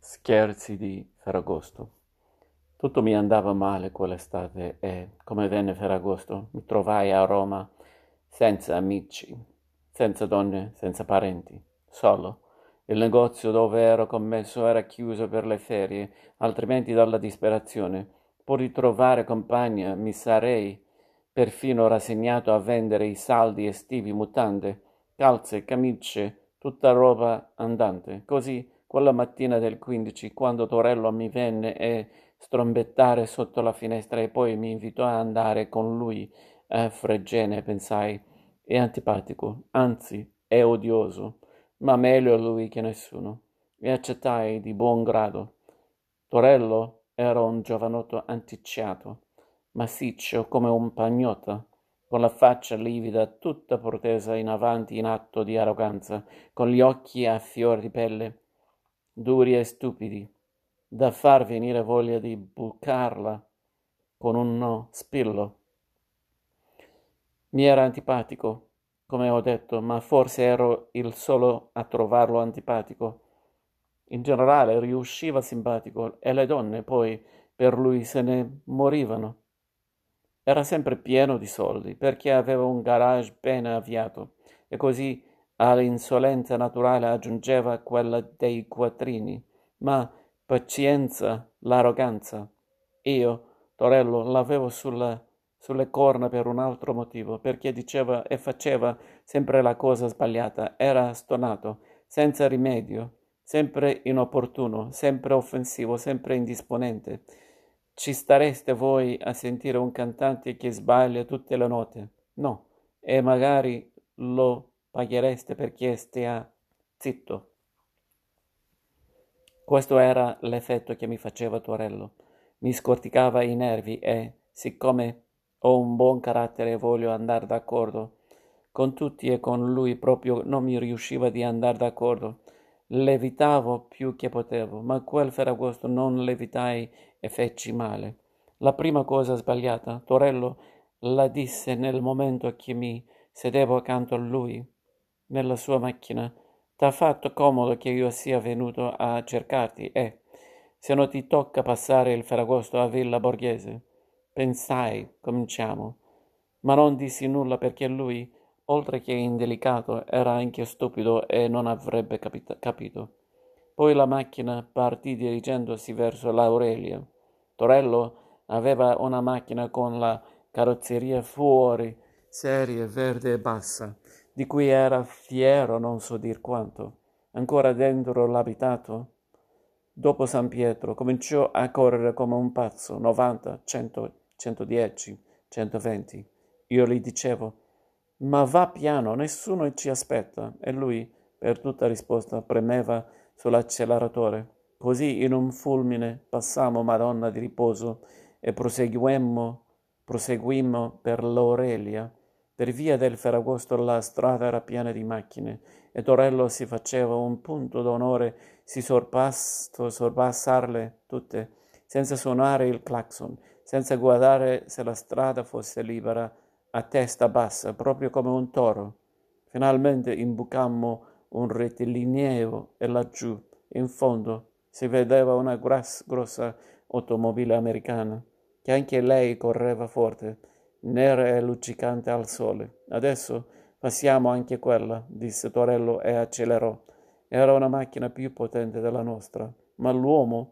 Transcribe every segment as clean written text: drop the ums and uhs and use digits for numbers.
Scherzi di Ferragosto. Tutto mi andava male quell'estate e, come venne Ferragosto, mi trovai a Roma senza amici, senza donne, senza parenti, solo. Il negozio dove ero commesso era chiuso per le ferie, altrimenti dalla disperazione, pur di trovare compagnia, mi sarei perfino rassegnato a vendere i saldi estivi, mutande, calze, camicie, tutta roba andante. Così, quella mattina del 15, quando Torello mi venne a strombettare sotto la finestra e poi mi invitò ad andare con lui a Fregene, pensai, è antipatico, anzi, è odioso, ma meglio lui che nessuno. E accettai di buon grado. Torello era un giovanotto anticciato, massiccio come un pagnotta, con la faccia livida, tutta protesa in avanti in atto di arroganza, con gli occhi a fior di pelle, duri e stupidi, da far venire voglia di bucarla con un no spillo. Mi era antipatico, come ho detto, ma forse ero il solo a trovarlo antipatico. In generale riusciva simpatico e le donne poi per lui se ne morivano. Era sempre pieno di soldi perché aveva un garage ben avviato e così all'insolenza naturale aggiungeva quella dei quattrini. Ma pazienza, l'arroganza. Io, Torello, l'avevo sulle corna per un altro motivo, perché diceva e faceva sempre la cosa sbagliata, era stonato, senza rimedio, sempre inopportuno, sempre offensivo, sempre indisponente. Ci stareste voi a sentire un cantante che sbaglia tutte le note? No, e magari lo paghereste perché stia zitto. Questo era l'effetto che mi faceva Torello. Mi scorticava i nervi e, siccome ho un buon carattere e voglio andare d'accordo con tutti e con lui proprio non mi riusciva di andare d'accordo. L'evitavo più che potevo, ma quel Ferragosto non l'evitai e feci male. La prima cosa sbagliata, Torello la disse nel momento che mi sedevo accanto a lui, nella sua macchina. T'ha fatto comodo che io sia venuto a cercarti e, se non ti tocca passare il Ferragosto a Villa Borghese, pensai, cominciamo. Ma non dissi nulla perché lui, oltre che indelicato, era anche stupido e non avrebbe capito. Poi la macchina partì dirigendosi verso l'Aurelia. Torello aveva una macchina con la carrozzeria fuori, serie, verde e bassa, di cui era fiero non so dir quanto. Ancora dentro l'abitato, dopo San Pietro, cominciò a correre come un pazzo, 90, 100, 110, 120. Io gli dicevo, ma va piano, nessuno ci aspetta. E lui, per tutta risposta, premeva sull'acceleratore. Così in un fulmine passammo Madonna di riposo e proseguimmo per l'Aurelia. Per via del Ferragosto la strada era piena di macchine e Torello si faceva un punto d'onore di sorpassarle tutte, senza suonare il clacson, senza guardare se la strada fosse libera, a testa bassa, proprio come un toro. Finalmente imbucammo un rettilineo e laggiù, in fondo, si vedeva una grossa automobile americana, che anche lei correva forte, nera e luccicante al sole. Adesso passiamo anche quella, disse Torello e accelerò. Era una macchina più potente della nostra, ma l'uomo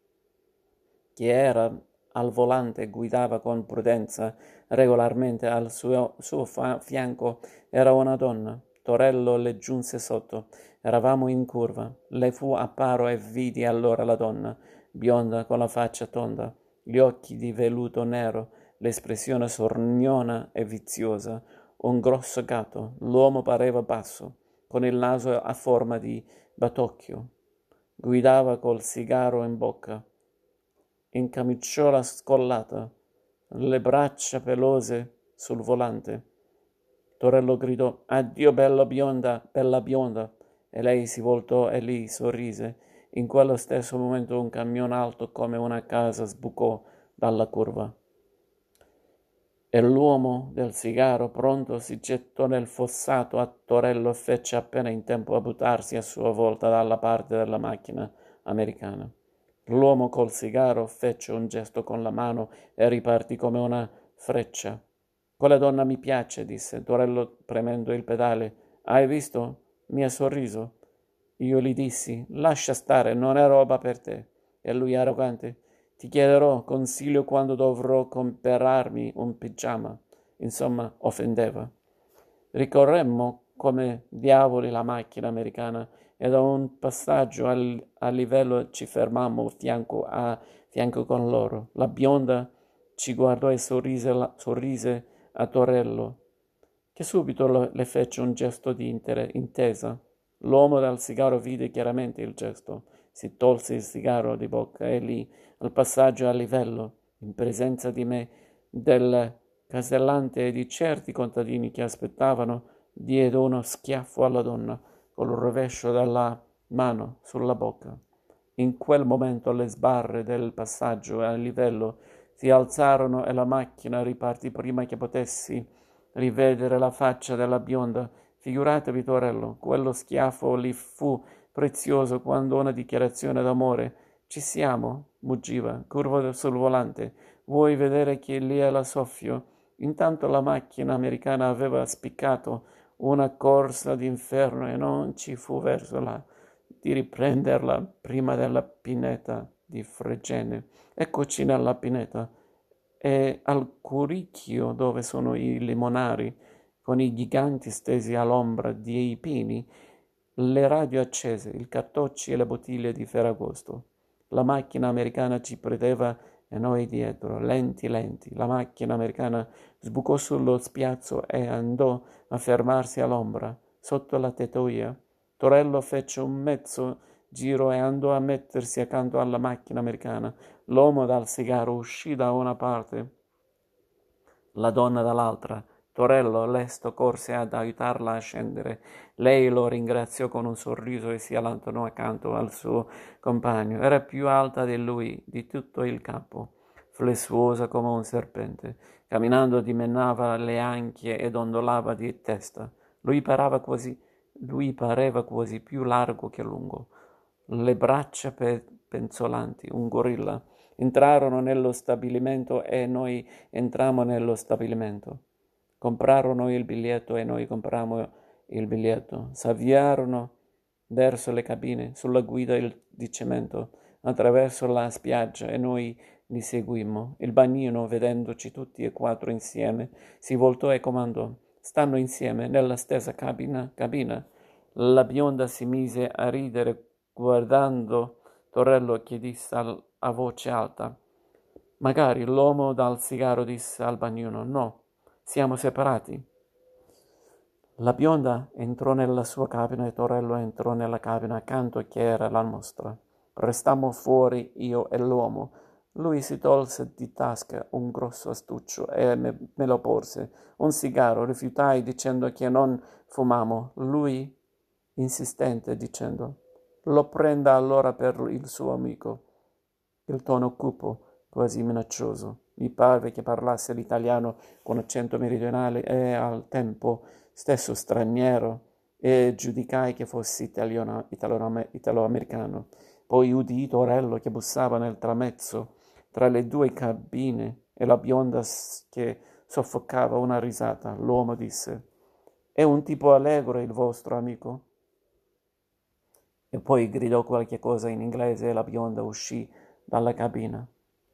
che era al volante guidava con prudenza. Regolarmente al suo fianco era una donna. Torello le giunse sotto. Eravamo in curva. Le fu a paro e vidi allora la donna, bionda con la faccia tonda, gli occhi di velluto nero, l'espressione sorniona e viziosa. Un grosso gatto. L'uomo pareva basso, con il naso a forma di batocchio. Guidava col sigaro in bocca, in camiciola scollata, le braccia pelose sul volante. Torello gridò: Addio, bella bionda! E lei si voltò e gli sorrise. In quello stesso momento un camion alto come una casa sbucò dalla curva. E l'uomo del sigaro, pronto, si gettò nel fossato a Torello e fece appena in tempo a buttarsi a sua volta dalla parte della macchina. americana. L'uomo col sigaro fece un gesto con la mano e ripartì come una freccia. Quella donna mi piace, disse Torello premendo il pedale. Hai visto? Mi ha sorriso. Io gli dissi, lascia stare, non è roba per te. E lui arrogante, ti chiederò consiglio quando dovrò comprarmi un pigiama. Insomma, offendeva. Ricorremmo come diavoli la macchina americana e da un passaggio a livello ci fermammo fianco a fianco con loro. La bionda ci guardò e sorrise a Torello, che subito le fece un gesto di intesa. L'uomo dal sigaro vide chiaramente il gesto, si tolse il sigaro di bocca e lì, al passaggio a livello, in presenza di me, del casellante e di certi contadini che aspettavano, diede uno schiaffo alla donna col rovescio della mano sulla bocca. In quel momento le sbarre del passaggio a livello si alzarono e la macchina ripartì prima che potessi rivedere la faccia della bionda. Figuratevi, Torello, quello schiaffo lì fu prezioso quando una dichiarazione d'amore. Ci siamo, muggiva, curvo sul volante. Vuoi vedere che lì è la soffio? Intanto la macchina americana aveva spiccato una corsa d'inferno e non ci fu verso là di riprenderla prima della pineta di Fregene. Eccoci nella pineta e al curicchio dove sono i limonari, con i giganti stesi all'ombra dei pini, le radio accese, i cartocci e le bottiglie di Ferragosto. La macchina americana ci prendeva e noi dietro, lenti lenti. La macchina americana sbucò sullo spiazzo e andò a fermarsi all'ombra, sotto la tettoia. Torello fece un mezzo giro e andò a mettersi accanto alla macchina americana. L'uomo dal sigaro uscì da una parte, la donna dall'altra. Torello, lesto, corse ad aiutarla a scendere. Lei lo ringraziò con un sorriso e si allontanò accanto al suo compagno. Era più alta di lui, di tutto il capo, flessuosa come un serpente. Camminando dimenava le anchie ed ondolava di testa. Lui pareva quasi più largo che lungo. Le braccia penzolanti, un gorilla. Entrarono nello stabilimento e noi entrammo nello stabilimento. Comprarono il biglietto e noi comprammo il biglietto. S'avviarono verso le cabine, sulla guida di cemento, attraverso la spiaggia e noi li seguimmo. Il bagnino, vedendoci tutti e quattro insieme, si voltò e comandò. Stanno insieme nella stessa cabina. La bionda si mise a ridere guardando Torello che disse a voce alta. Magari l'uomo dal sigaro disse al bagnino, no, siamo separati. La bionda entrò nella sua cabina e Torello entrò nella cabina accanto che era la nostra. Restammo fuori io e l'uomo. Lui si tolse di tasca un grosso astuccio e me lo porse. Un sigaro, rifiutai dicendo che non fumavo. Lui, insistente, dicendo, lo prenda allora per il suo amico. Il tono cupo, quasi minaccioso. Mi parve che parlasse l'italiano con accento meridionale e al tempo stesso straniero e giudicai che fosse italo-americano. Poi udii Torello che bussava nel tramezzo tra le due cabine e la bionda che soffocava una risata. L'uomo disse, è un tipo allegro il vostro amico? E poi gridò qualche cosa in inglese e la bionda uscì dalla cabina.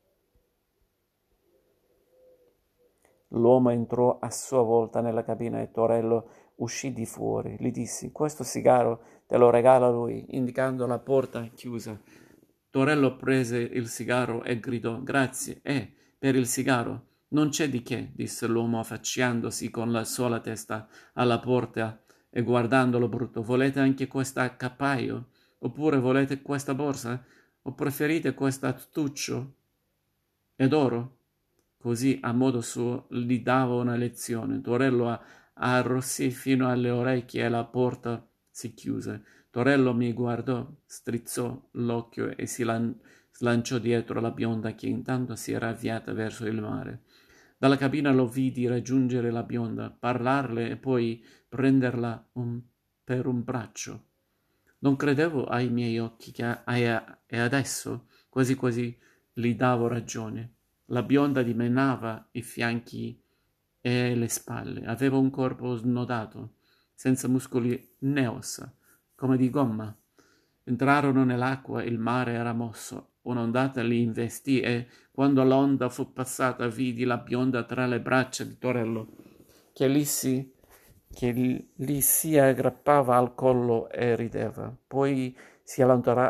L'uomo entrò a sua volta nella cabina e Torello uscì di fuori. Gli dissi, questo sigaro te lo regala lui, indicando la porta chiusa. Torello prese il sigaro e gridò, grazie, per il sigaro. Non c'è di che, disse l'uomo affacciandosi con la sola testa alla porta e guardandolo brutto. Volete anche questo accapaio? Oppure volete questa borsa? O preferite questo astuccio? Ed oro? Così, a modo suo, gli dava una lezione. Torello arrossì fino alle orecchie e la porta si chiuse. Torello mi guardò, strizzò l'occhio e si slanciò dietro la bionda che intanto si era avviata verso il mare. Dalla cabina lo vidi raggiungere la bionda, parlarle e poi prenderla per un braccio. Non credevo ai miei occhi e adesso, quasi quasi, gli davo ragione. La bionda dimenava i fianchi e le spalle. Aveva un corpo snodato, senza muscoli né ossa, come di gomma. Entrarono nell'acqua, il mare era mosso. Un'ondata li investì e, quando l'onda fu passata, vidi la bionda tra le braccia di Torello, che gli si aggrappava al collo e rideva. Poi si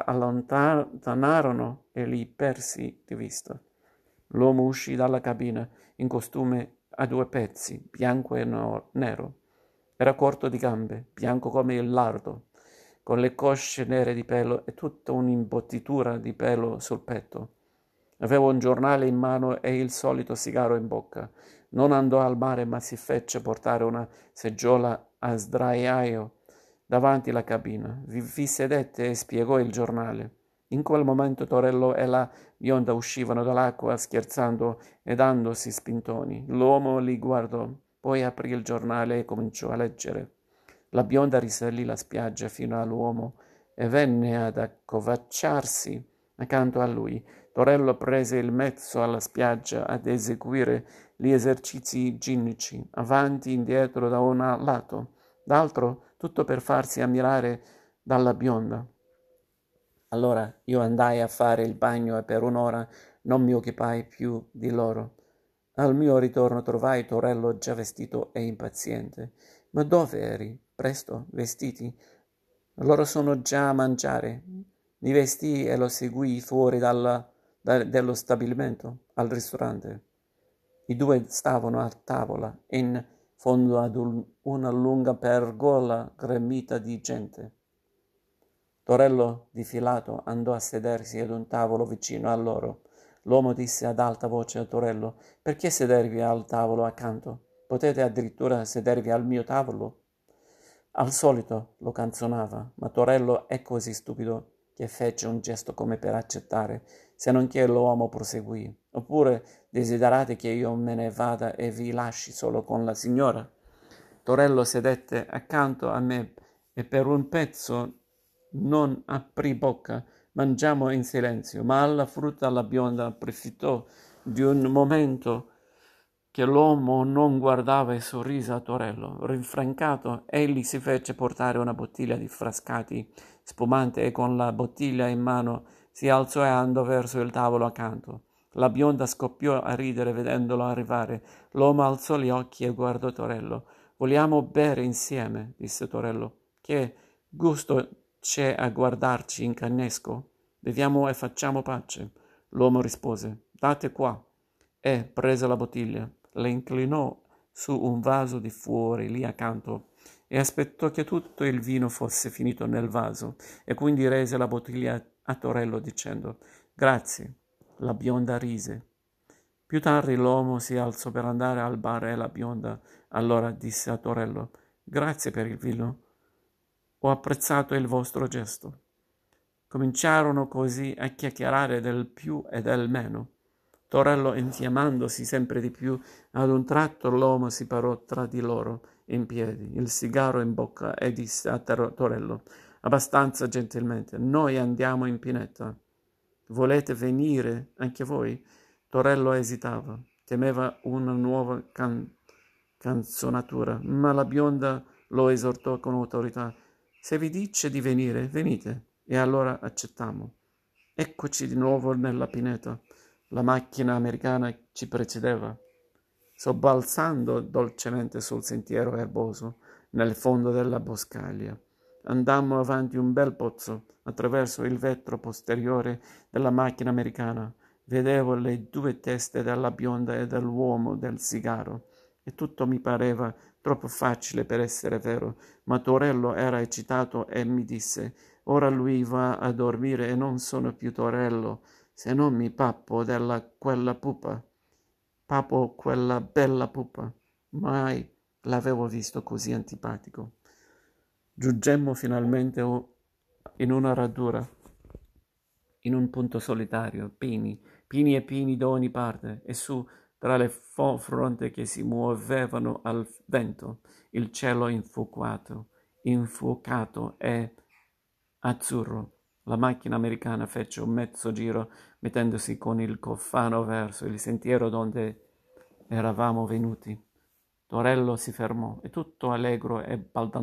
allontanarono e li persi di vista. L'uomo uscì dalla cabina in costume a due pezzi, bianco e nero. Era corto di gambe, bianco come il lardo, con le cosce nere di pelo e tutta un'imbottitura di pelo sul petto. Aveva un giornale in mano e il solito sigaro in bocca. Non andò al mare, ma si fece portare una seggiola a sdraiaio davanti alla cabina. Vi sedette e spiegò il giornale. In quel momento Torello e la bionda uscivano dall'acqua scherzando e dandosi spintoni. L'uomo li guardò, poi aprì il giornale e cominciò a leggere. La bionda risalì la spiaggia fino all'uomo e venne ad accovacciarsi accanto a lui. Torello prese il mezzo alla spiaggia ad eseguire gli esercizi ginnici, avanti e indietro da un lato, d'altro, tutto per farsi ammirare dalla bionda. Allora io andai a fare il bagno e per un'ora non mi occupai più di loro. Al mio ritorno trovai Torello già vestito e impaziente. Ma dove eri? Presto, vestiti? Loro sono già a mangiare. Mi vestii e lo seguii fuori dello stabilimento, al ristorante. I due stavano a tavola, in fondo ad una lunga pergola gremita di gente. Torello, difilato, andò a sedersi ad un tavolo vicino a loro. L'uomo disse ad alta voce a Torello: «Perché sedervi al tavolo accanto? Potete addirittura sedervi al mio tavolo?» Al solito lo canzonava, ma Torello è così stupido che fece un gesto come per accettare, se non che l'uomo proseguì. «Oppure desiderate che io me ne vada e vi lasci solo con la signora?» Torello sedette accanto a me e per un pezzo non aprì bocca. Mangiamo in silenzio, ma alla frutta la bionda approfittò di un momento che l'uomo non guardava e sorrise a Torello. Rinfrancato, egli si fece portare una bottiglia di frascati spumante e con la bottiglia in mano si alzò e andò verso il tavolo accanto. La bionda scoppiò a ridere vedendolo arrivare. L'uomo alzò gli occhi e guardò Torello. «Vogliamo bere insieme», disse Torello. «Che gusto c'è a guardarci in cannesco? Beviamo e facciamo pace». L'uomo rispose: «Date qua», e prese la bottiglia, la inclinò su un vaso di fuori lì accanto e aspettò che tutto il vino fosse finito nel vaso e quindi rese la bottiglia a Torello dicendo: «Grazie». La bionda rise. Più tardi l'uomo si alzò per andare al bar e la bionda allora disse a Torello: «Grazie per il vino. Ho apprezzato il vostro gesto». Cominciarono così a chiacchierare del più e del meno. Torello infiammandosi sempre di più, ad un tratto l'uomo si parò tra di loro in piedi, il sigaro in bocca, e disse a Torello, abbastanza gentilmente: «Noi andiamo in pineta. Volete venire anche voi?» Torello esitava, temeva una nuova canzonatura, ma la bionda lo esortò con autorità: «Se vi dice di venire, venite». E allora accettammo. Eccoci di nuovo nella pineta. La macchina americana ci precedeva, sobbalzando dolcemente sul sentiero erboso nel fondo della boscaglia. Andammo avanti un bel pozzo, attraverso il vetro posteriore della macchina americana. Vedevo le due teste della bionda e dell'uomo del sigaro, e tutto mi pareva troppo facile per essere vero, ma Torello era eccitato e mi disse: «Ora lui va a dormire e non sono più Torello, se non mi pappo quella pupa. Papo quella bella pupa. Mai l'avevo visto così antipatico». Giungemmo finalmente in una radura, in un punto solitario, pini e pini da ogni parte, e su, tra le fronde che si muovevano al vento, il cielo infuocato e azzurro. La macchina americana fece un mezzo giro mettendosi con il cofano verso il sentiero donde eravamo venuti. Torello si fermò e tutto allegro e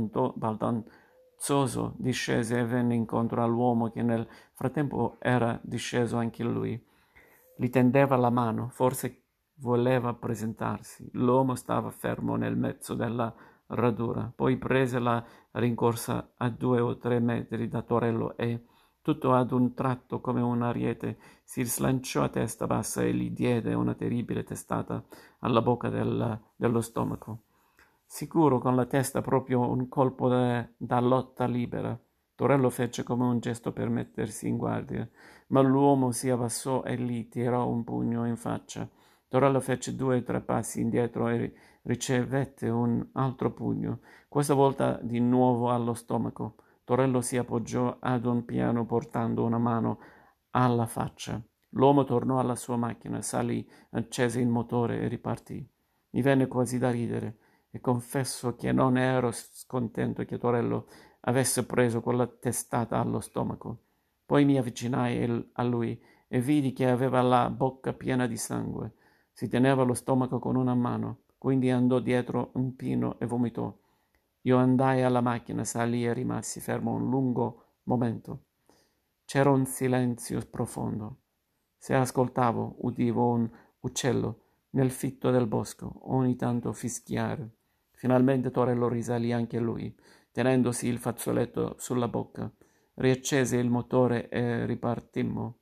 baldanzoso discese e venne incontro all'uomo che nel frattempo era disceso anche lui. Gli tendeva la mano, forse voleva presentarsi. L'uomo stava fermo nel mezzo della radura, poi prese la rincorsa a 2 o 3 metri da Torello e, tutto ad un tratto come un ariete, si slanciò a testa bassa e gli diede una terribile testata alla bocca dello stomaco. Sicuro con la testa proprio un colpo da lotta libera. Torello fece come un gesto per mettersi in guardia, ma l'uomo si abbassò e gli tirò un pugno in faccia. Torello fece 2 o 3 passi indietro e ricevette un altro pugno, questa volta di nuovo allo stomaco. Torello si appoggiò ad un piano portando una mano alla faccia. L'uomo tornò alla sua macchina, salì, accese il motore e ripartì. Mi venne quasi da ridere e confesso che non ero scontento che Torello avesse preso quella testata allo stomaco. Poi mi avvicinai a lui e vidi che aveva la bocca piena di sangue. Si teneva lo stomaco con una mano, quindi andò dietro un pino e vomitò. Io andai alla macchina, salii e rimasi fermo un lungo momento. C'era un silenzio profondo. Se ascoltavo, udivo un uccello nel fitto del bosco, ogni tanto fischiare. Finalmente Torello risalì anche lui, tenendosi il fazzoletto sulla bocca. Riaccese il motore e ripartimmo.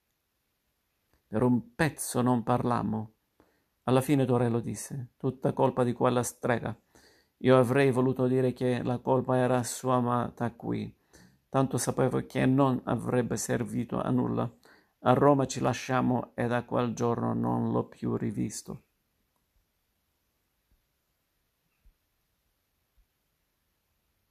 Per un pezzo non parlammo. Alla fine Torello disse: tutta colpa di quella strega. Io avrei voluto dire che la colpa era sua, ma da qui. Tanto sapevo che non avrebbe servito a nulla. A Roma ci lasciammo e da quel giorno non l'ho più rivisto.